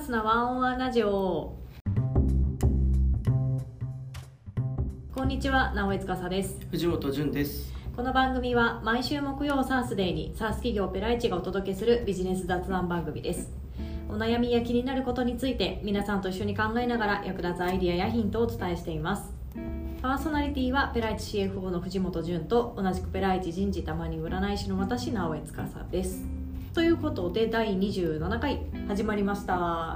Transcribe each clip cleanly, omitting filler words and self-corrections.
スなワンオンワンラジオ。こんにちは、直江司です。 藤本潤です。 この番組は毎週木曜サースデーにサース企業ペライチがお届けするビジネス雑談番組です。お悩みや気になることについて皆さんと一緒に考えながら役立つアイディアやヒントをお伝えしています。パーソナリティはペライチ CFO の藤本潤と同じくペライチ人事たまに占い師の私、直江司です。ということで第27回始まりました。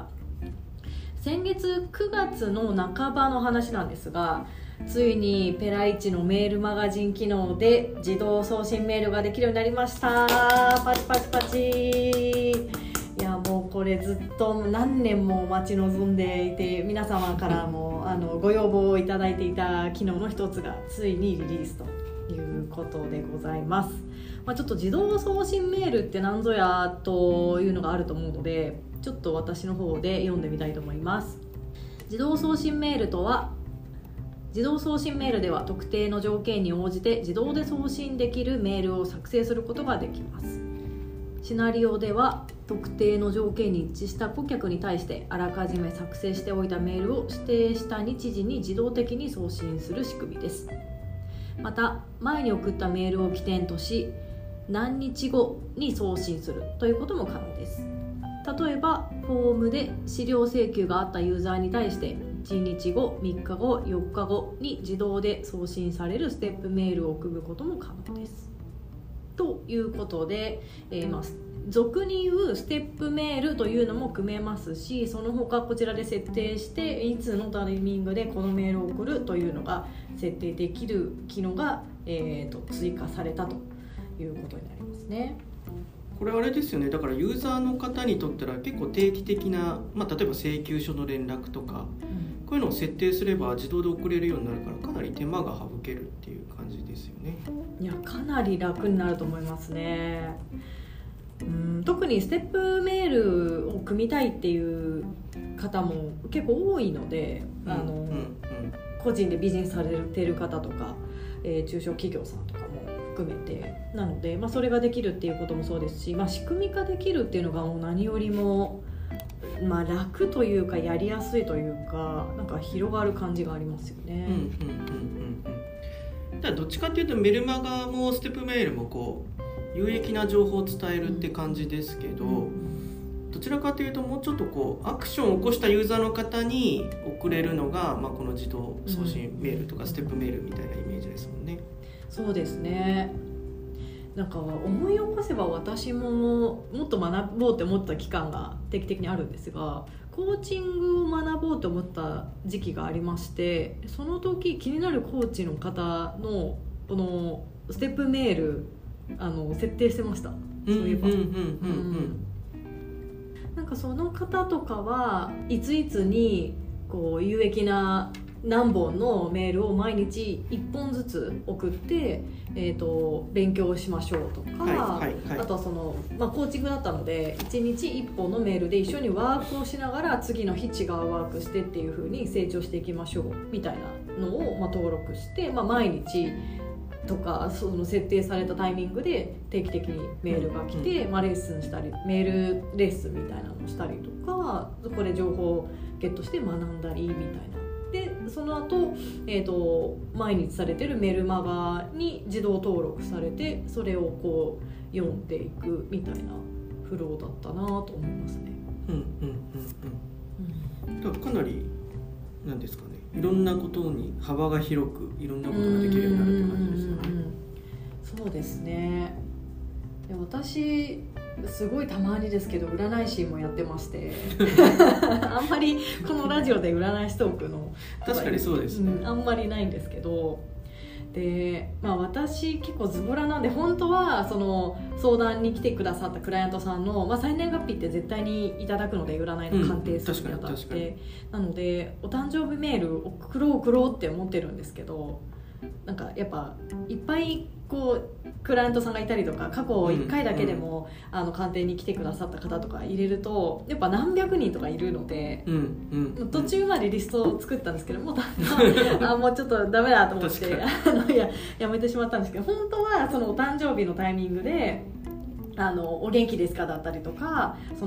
先月9月の半ばの話なんですが、ついにペライチのメールマガジン機能で自動送信メールができるようになりました。パチパチパチ。いやもうこれずっと何年も待ち望んでいて、皆様からもご要望をいただいていた機能の一つがついにリリースということでございます。ちょっと自動送信メールって何ぞやというのがあると思うので、ちょっと私の方で読んでみたいと思います。自動送信メールとは、自動送信メールでは特定の条件に応じて自動で送信できるメールを作成することができます。シナリオでは特定の条件に一致した顧客に対してあらかじめ作成しておいたメールを指定した日時に自動的に送信する仕組みです。また前に送ったメールを起点とし何日後に送信するということも可能です。例えばフォームで資料請求があったユーザーに対して1日後、3日後、4日後に自動で送信されるステップメールを組むことも可能です。ということで、俗に言うステップメールというのも組めますし、その他こちらで設定していつのタイミングでこのメールを送るというのが設定できる機能が、追加されたということになりますね。 これあれですよね。だからユーザーの方にとっては結構定期的な、例えば請求書の連絡とか、こういうのを設定すれば自動で送れるようになるから、かなり手間が省けるっていう感じですよね。 いや、かなり楽になると思いますね。特にステップメールを組みたいっていう方も結構多いので、個人でビジネスされている方とか、中小企業さんとかも含めてなので、それができるっていうこともそうですし、仕組み化できるっていうのがもう何よりも、楽というかやりやすいというか、なんか広がる感じがありますよね。 だからどっちかっていうとメルマガもステップメールもこう有益な情報を伝えるって感じですけど、どちらかというともうちょっとこうアクションを起こしたユーザーの方に送れるのが、この自動送信メールとかステップメールみたいなイメージですもんね。 そうですね。なんか思い起こせば私ももっと学ぼうって思った期間が定期的にあるんですが、コーチングを学ぼうと思った時期がありまして、その時気になるコーチの方のこのステップメール設定してました。そういえばなんかその方とかはいついつにこう有益な何本のメールを毎日1本ずつ送って、勉強しましょうとか、あとはその、コーチングだったので1日1本のメールで一緒にワークをしながら次の日違うワークしてっていう風に成長していきましょうみたいなのを、登録して、毎日とかその設定されたタイミングで定期的にメールが来て、レッスンしたりメールレッスンみたいなのをしたりとか、そこで情報をゲットして学んだりみたいな。でその後、毎日されてるメルマガに自動登録されて、それをこう読んでいくみたいなフローだったなと思いますね。 だからかなりなんですかね、いろんなことに幅が広くいろんなことができるようになるって感じですよね。 そうですね。で私すごいたまにですけど占い師もやってましてあんまりこのラジオで占い師トークの確かにそうですね、 あんまりないんですけど、で、私結構ズボラなんで、本当はその相談に来てくださったクライアントさんの、生年月日って絶対にいただくので、占いの鑑定するにあたって、なのでお誕生日メール送ろうって思ってるんですけど、なんかやっぱいっぱいこうクライアントさんがいたりとか、過去1回だけでも、鑑定に来てくださった方とか入れるとやっぱ何百人とかいるので、途中までリストを作ったんですけど、もうもうちょっとダメだと思ってやめてしまったんですけど、本当はそのお誕生日のタイミングでお元気ですかだったりとか、その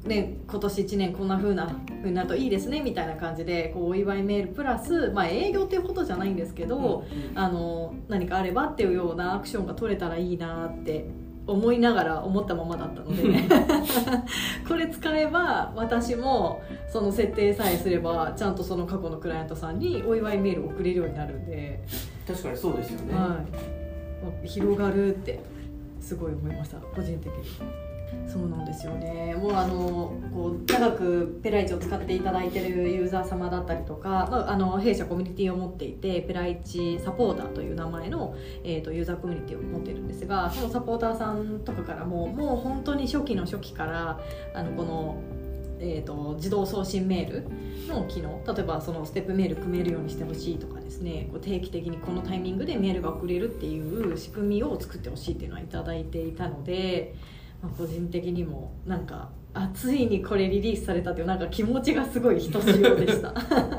ね、今年1年こんな風なるといいですねみたいな感じでこうお祝いメールプラス、営業っていうことじゃないんですけど、何かあればっていうようなアクションが取れたらいいなって思いながら思ったままだったのでこれ使えば私もその設定さえすればちゃんとその過去のクライアントさんにお祝いメールを送れるようになるんで、 確かにそうですよね、 広がるってすごい思いました、個人的に。そうなんですよね。もうこう長くペライチを使っていただいているユーザー様だったりとか、弊社コミュニティを持っていてペライチサポーターという名前の、ユーザーコミュニティを持っているんですが、そのサポーターさんとかからもう本当に初期の初期からこの自動送信メールの機能、例えばそのステップメール組めるようにしてほしいとかですね、こう定期的にこのタイミングでメールが送れるっていう仕組みを作ってほしいっていうのはいただいていたので、個人的にもなんかついにこれリリースされたっていうなんか気持ちがすごいひとしおでした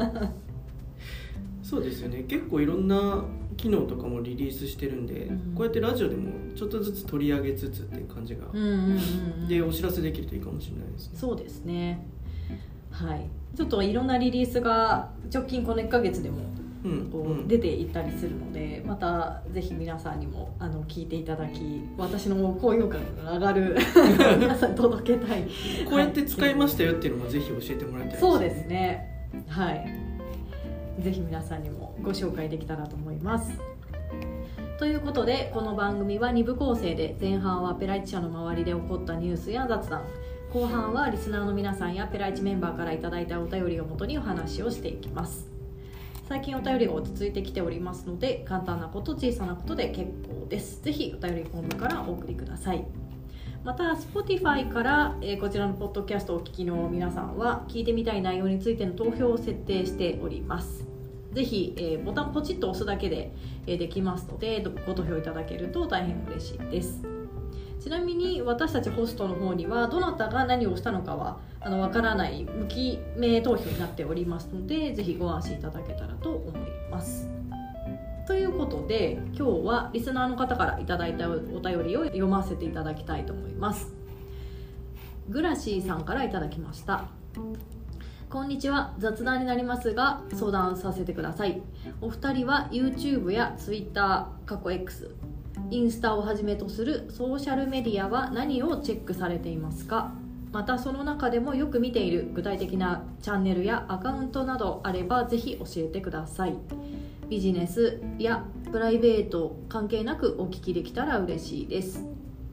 そうですよね、結構いろんな機能とかもリリースしてるんで、こうやってラジオでもちょっとずつ取り上げつつっていう感じが、でお知らせできるといいかもしれないですね。 そうですね、はい、ちょっといろんなリリースが直近この1ヶ月でも出ていったりするので、またぜひ皆さんにも聞いていただき、私の高評価が上がる皆さんに届けたいこうやって使いましたよっていうのもぜひ教えてもらいたいですね。 そうですね、はい、ぜひ皆さんにもご紹介できたらと思います。ということでこの番組は2部構成で、前半はペライチ社の周りで起こったニュースや雑談、後半はリスナーの皆さんやペライチメンバーからいただいたお便りをもとにお話をしていきます。最近お便りが落ち着いてきておりますので、簡単なこと小さなことで結構です。ぜひお便りフォームからお送りください。また Spotify から、こちらのポッドキャストをお聞きの皆さんは聞いてみたい内容についての投票を設定しております。ぜひ、ボタンポチッと押すだけで、できますのでご投票いただけると大変嬉しいです。ちなみに私たちホストの方にはどなたが何をしたのかはわからない無記名投票になっておりますので、ぜひご安心いただけたらと思います。ということで今日はリスナーの方からいただいたお便りを読ませていただきたいと思います。グラシーさんからいただきました。こんにちは、雑談になりますが相談させてください。お二人は YouTube や Twitter、過去 X、インスタをはじめとするソーシャルメディアは何をチェックされていますか？またその中でもよく見ている具体的なチャンネルやアカウントなどあればぜひ教えてください。ビジネスやプライベート関係なくお聞きできたら嬉しいです。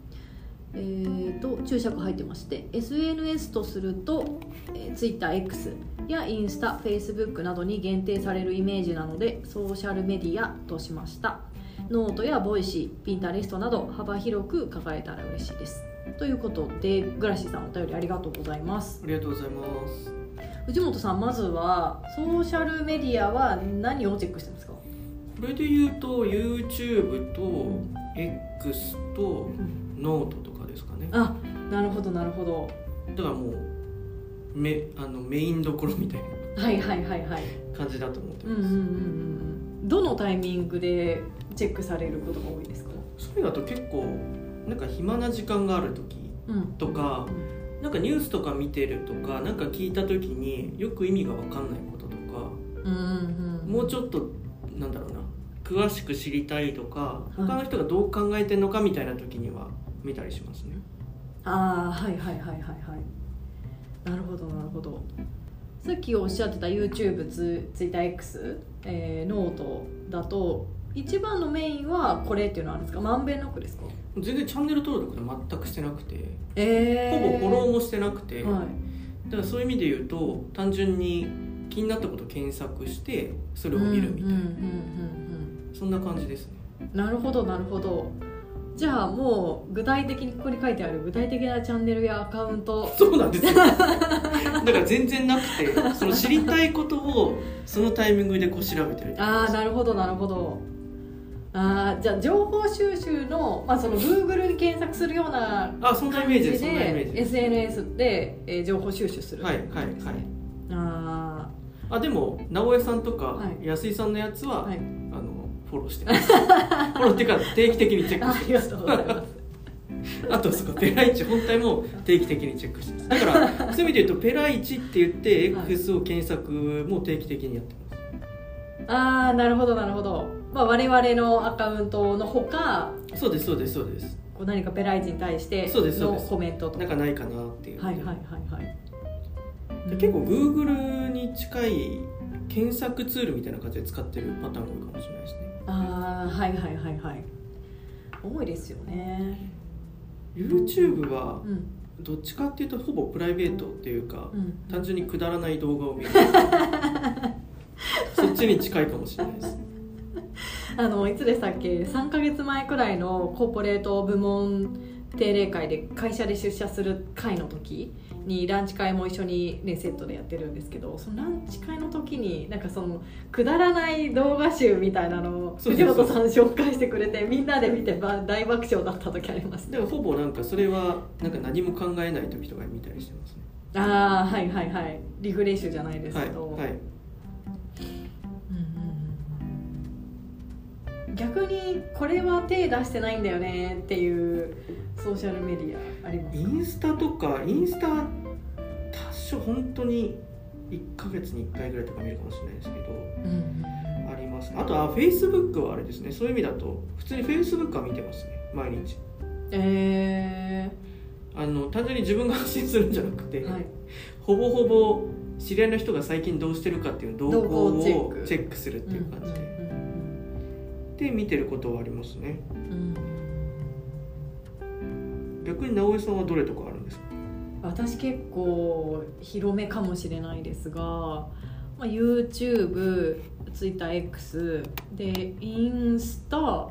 注釈入ってまして、 SNS とすると、TwitterX やインスタ、Facebook などに限定されるイメージなのでソーシャルメディアとしました。ノートやボイシー、ピンタレストなど幅広く書かれたら嬉しいです。ということでグラシーさんお便りありがとうございます。 ありがとうございます。 藤本さん、まずはソーシャルメディアは何をチェックしてますか？ これで言うと YouTube と X とノートとかですかね。 あ、なるほどなるほど。 だからもうメインどころみたいな感じだと思ってます。 どのタイミングでチェックされることが多いですか？ そういうのだと結構なんか暇な時間がある時とか、なんかニュースとか見てるとか、なんか聞いた時によく意味が分かんないこととか、もうちょっとなんだろうな、詳しく知りたいとか、他の人がどう考えてるのかみたいな時には見たりしますね。 はいなるほどなるほど。さっきおっしゃってた YouTube、TwitterX、ノートだと一番のメインはこれっていうのはあるんですか？まんべんなくですか？ 全然チャンネル登録で全くしてなくて、ほぼフォローもしてなくて、だからそういう意味で言うと単純に気になったことを検索してそれを見るみたいな、そんな感じですね。 なるほどなるほど。じゃあもう具体的にここに書いてある具体的なチャンネルやアカウント、 そうなんですよだから全然なくて、その知りたいことをそのタイミングでこう調べてる。 なるほどなるほど。じゃあ情報収集の、その Google に検索するようなそんなイメージです。 SNS で、情報収集する。 でも直江さんとか、安井さんのやつは、フォローしてますフォローっていうか定期的にチェックしてます。 ありがとうございますあとそこペライチ本体も定期的にチェックしてます。だからそういう意味で言うとペライチって言って X を検索も定期的にやってます。 ああ、なるほどなるほど。まあ、我々のアカウントのほか、 そうですそうですそうです。 こう何かペライチに対してのコメントとかなんかないかなっていう。 はいはいはいはい。 で結構 Google に近い検索ツールみたいな感じで使ってるパターンが多いかもしれないですね。 ああ、はいはいはいはい。多いですよね。 YouTube はどっちかっていうとほぼプライベートっていうか、単純にくだらない動画を見るそっちに近いかもしれないです。 いつでしたっけ、3ヶ月前くらいのコーポレート部門定例会で会社で出社する会の時にランチ会も一緒に、ね、セットでやってるんですけど、そのランチ会の時になんかそのくだらない動画集みたいなのを藤本さん紹介してくれて、みんなで見て大爆笑だった時あります。 でもほぼなんかそれはなんか何も考えない時とかに見たりしてますね。 ああ、はいはいはい、リフレッシュじゃないですけど、 はいはい、 逆にこれは手出してないんだよねっていうソーシャルメディアありますか？ インスタ多少本当に1ヶ月に1回ぐらいとか見るかもしれないですけど、あります。あとは Facebook はあれですね、そういう意味だと普通に Facebook は見てますね、毎日。単純に自分が発信するんじゃなくて、はい、ほぼほぼ知り合いの人が最近どうしてるかっていう動向をチェックするっていう感じで、見てることはありますね。逆に直江さんはどれとかあるんですか？ 私結構広めかもしれないですが、YouTube、Twitter、X でインスタ、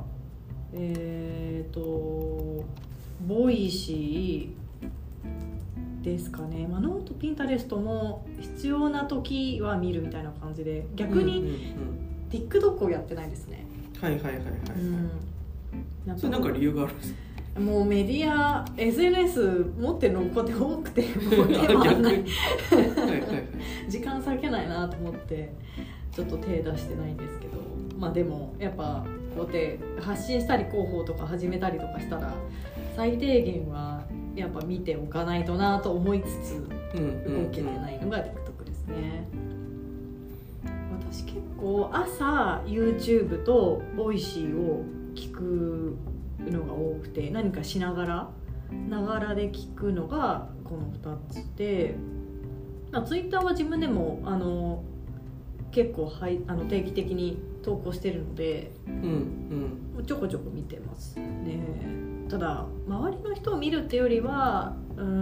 ボイシーですかね。ノート、ピンタレストも必要な時は見るみたいな感じで、逆に TikTok をやってないですね。 はいはいはいはい、それなんか理由があるんですか？ もうメディア SNS 持ってるのこうやって多くてもう手回んない時間割けないなと思ってちょっと手出してないんですけど、でもやっぱこうやって発信したり広報とか始めたりとかしたら最低限はやっぱ見ておかないとなと思いつつ動けてないのが TikTok ですね。私結構朝 YouTube と Voicy を聞くのが多くて、何かしながらながらで聞くのがこの2つで、Twitter は自分でも結構定期的に投稿してるので、ちょこちょこ見てますね。ただ周りの人を見るっていうよりは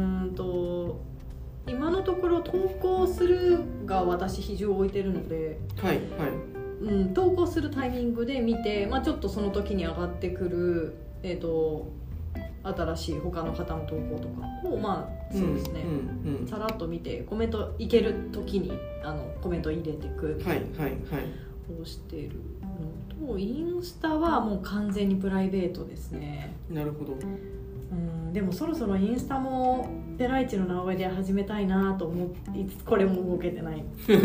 今のところ投稿するが私比重を置いてるので、投稿するタイミングで見て、ちょっとその時に上がってくる、新しい他の方の投稿とかをそうですね、さらっと見てコメントいける時にコメント入れていくをしてるのと、インスタはもう完全にプライベートですね。 なるほど。 でもそろそろインスタもペライチの名前で始めたいなと思いつつ、これも動けてない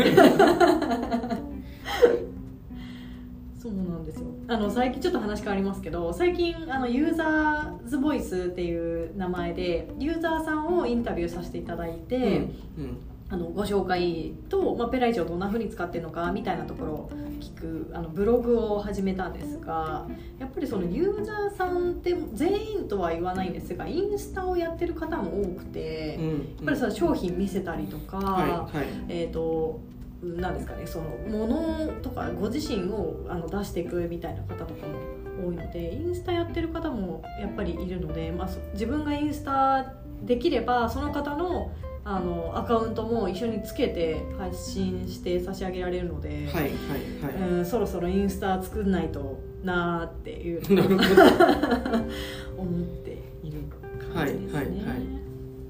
そうなんですよ。最近ちょっと話変わりますけど、最近ユーザーズボイスっていう名前でユーザーさんをインタビューさせていただいて、ご紹介と、ペライチをどんな風に使ってるのかみたいなところを聞くブログを始めたんですが、やっぱりそのユーザーさんって全員とは言わないんですが、インスタをやってる方も多くて、やっぱりその商品見せたりとか、なんですかね、そのものとかご自身を出していくみたいな方とかも多いので、インスタやってる方もやっぱりいるので、自分がインスタできればその方のアカウントも一緒につけて発信して差し上げられるので、そろそろインスタ作んないとなーっていう思っている感じですね。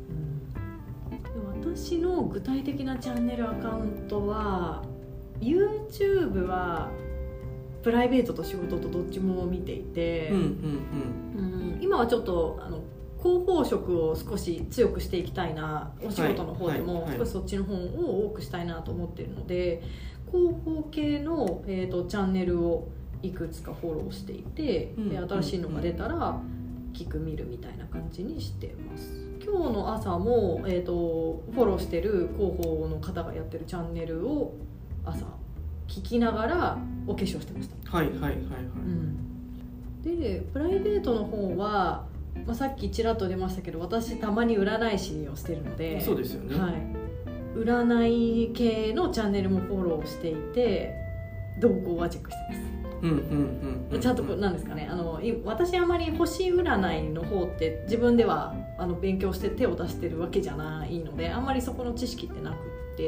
私の具体的なチャンネルアカウントは YouTube はプライベートと仕事とどっちも見ていて、今はちょっと広報色を少し強くしていきたいな、お仕事の方でも少しそっちの方を多くしたいなと思っているので、広報系の、チャンネルをいくつかフォローしていて、で新しいのが出たら聞く見るみたいな感じにしてます。今日の朝も、フォローしてる広報の方がやってるチャンネルを朝聞きながらお化粧してました。 はいはいはいはい、 でプライベートの方は、さっきちらっと出ましたけど、私たまに占い師をしてるので、 そうですよね、 はい、占い系のチャンネルもフォローしていて動向はチェックしてます。ちゃんとなんですかね、私あまり星占いの方って自分では勉強して手を出してるわけじゃないので、あんまりそこの知識ってなくって、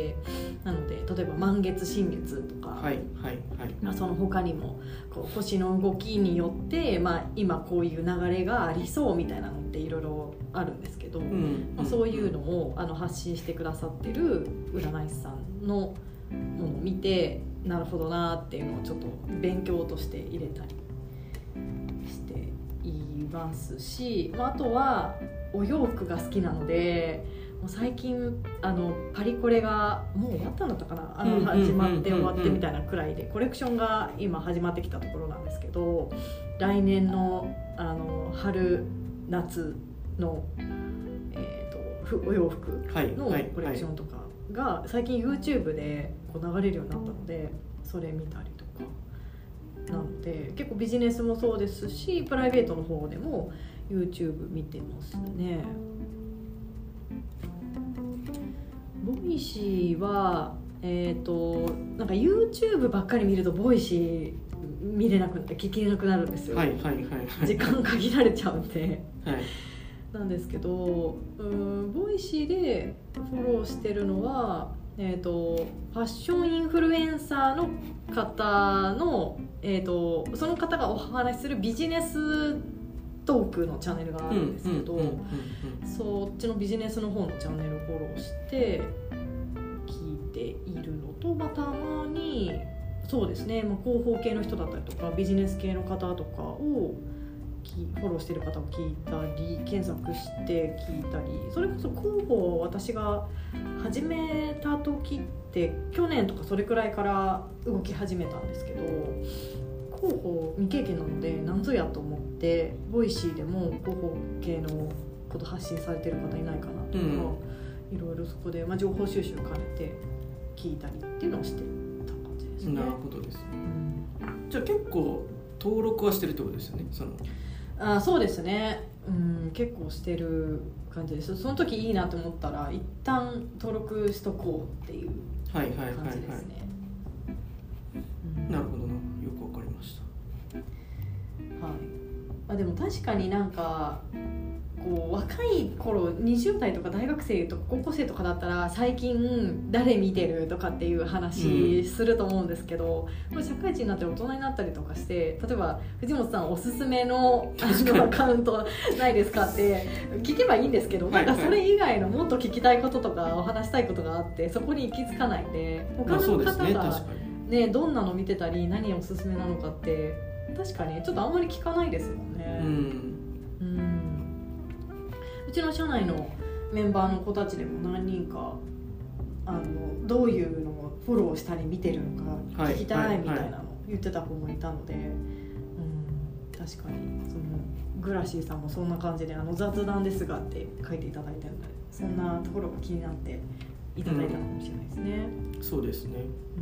なので例えば満月新月とか、 はいはいはい、 その他にもこう星の動きによって、今こういう流れがありそうみたいなのっていろいろあるんですけど、そういうのを発信してくださってる占い師さんのものを見て、なるほどなっていうのをちょっと勉強として入れたりしていますし、あとはお洋服が好きなので、もう最近パリコレがもう終わったんだったかな、始まって終わってみたいなくらいで、コレクションが今始まってきたところなんですけど、来年の春夏の、お洋服のコレクションとかが最近 YouTube でこう流れるようになったので、それ見たりとかなので、結構ビジネスもそうですしプライベートの方でも YouTube 見てますね。ボイシーはなんか YouTube ばっかり見るとボイシー見れなくなって聞けなくなるんですよ、時間限られちゃうんで、なんですけど、ボイシーでフォローしてるのは、ファッションインフルエンサーの方の、その方がお話しするビジネストークのチャンネルがあるんですけど、そっちのビジネスの方のチャンネルをフォローして聞いているのと、たまにそうですね、広報系の人だったりとかビジネス系の方とかをフォローしてる方を聞いたり、検索して聞いたり、それこそ広報を私が始めた時って去年とかそれくらいから動き始めたんですけど、広報未経験なので何ぞやと思って、ボイシーでも広報系のこと発信されてる方いないかなとか、いろいろそこで、情報収集兼ねて聞いたりっていうのをしてた感じですね。 なるほどですね、じゃあ結構登録はしてるってことですよね。 そうですね、結構してる感じです。その時いいなと思ったら一旦登録しとこうっていう感じですね。 なるほどな、よくわかりました。 でも確かになんかこう若い頃20代とか大学生とか高校生とかだったら最近誰見てるとかっていう話すると思うんですけど、社会人になって大人になったりとかして、例えば藤本さんおすすめのアカウントないですかって聞けばいいんですけど、なんかそれ以外のもっと聞きたいこととかお話したいことがあってそこに行き着かないんで、他の方がね、どんなの見てたり何おすすめなのかって確かにちょっとあんまり聞かないですもんね。うちの社内のメンバーの子たちでも何人かどういうのをフォローしたり見てるのか聞きたいみたいなの言ってた子もいたので、確かにそのグラシーさんもそんな感じで雑談ですがって書いていただいてるので、そんなところが気になっていただいたのかもしれないですね。 そうですね。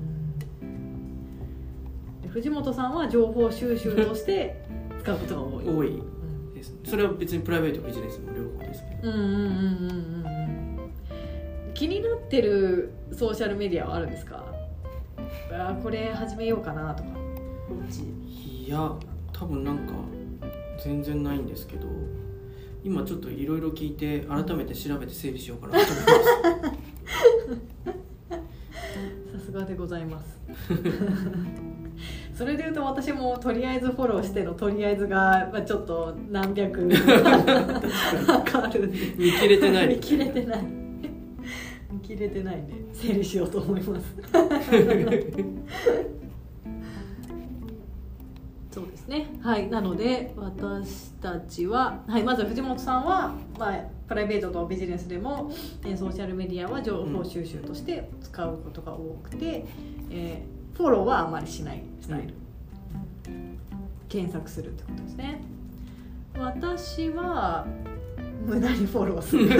で藤本さんは情報収集として使うことが多いですね。それは別にプライベートビジネスも両方ですけど、 気になってるソーシャルメディアはあるんですか？これ始めようかなとか。 いや多分なんか全然ないんですけど、今ちょっといろいろ聞いて改めて調べて整理しようかなと思いますさすがでございますそれでいうと私もとりあえずフォローしてのとりあえずが、ちょっと何百あるんで見切れてない、 見切れてないんで整理しようと思いますそうですね。なので私たちは、まず藤本さんは、プライベートとビジネスでもソーシャルメディアは情報収集として使うことが多くて、フォローはあまりしないスタイル、検索するってことですね。 私は無駄にフォローする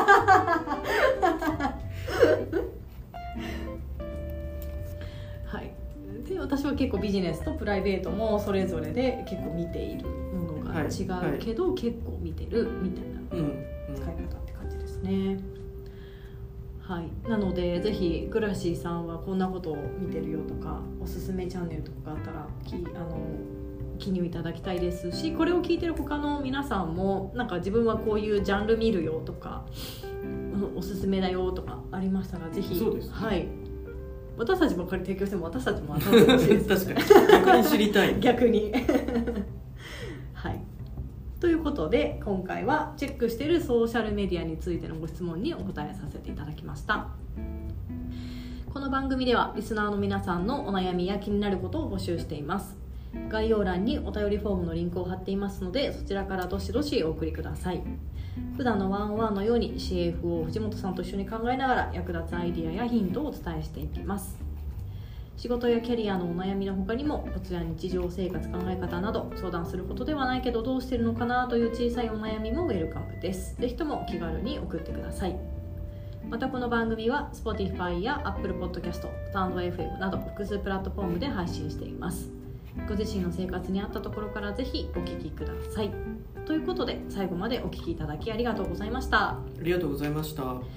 はい。で私は結構ビジネスとプライベートもそれぞれで結構見ているものが違うけど、結構見てるみたいな使い方って感じですね。はい、なのでぜひグラシーさんはこんなことを見てるよとかおすすめチャンネルとかがあったら記入いただきたいですし、これを聞いてる他の皆さんもなんか自分はこういうジャンル見るよとかおすすめだよとかありましたらぜひ、 そうですね、 はい、私たちばっかり提供しても私たちも当たってほしいです確かに逆に知りたい逆にはい、ということで今回はチェックしているソーシャルメディアについてのご質問にお答えさせていただきました。この番組ではリスナーの皆さんのお悩みや気になることを募集しています。概要欄にお便りフォームのリンクを貼っていますのでそちらからどしどしお送りください。普段のワンオンワンのように CFO 藤本さんと一緒に考えながら役立つアイディアやヒントをお伝えしていきます。仕事やキャリアのお悩みの他にもコツや日常生活考え方など相談することではないけどどうしてるのかなという小さいお悩みもウェルカムです。ぜひとも気軽に送ってください。またこの番組は Spotify や Apple Podcast、StandFM など複数プラットフォームで配信しています。ご自身の生活に合ったところからぜひお聞きください。ということで最後までお聞きいただきありがとうございました。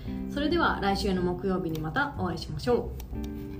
ありがとうございました。 それでは来週の木曜日にまたお会いしましょう。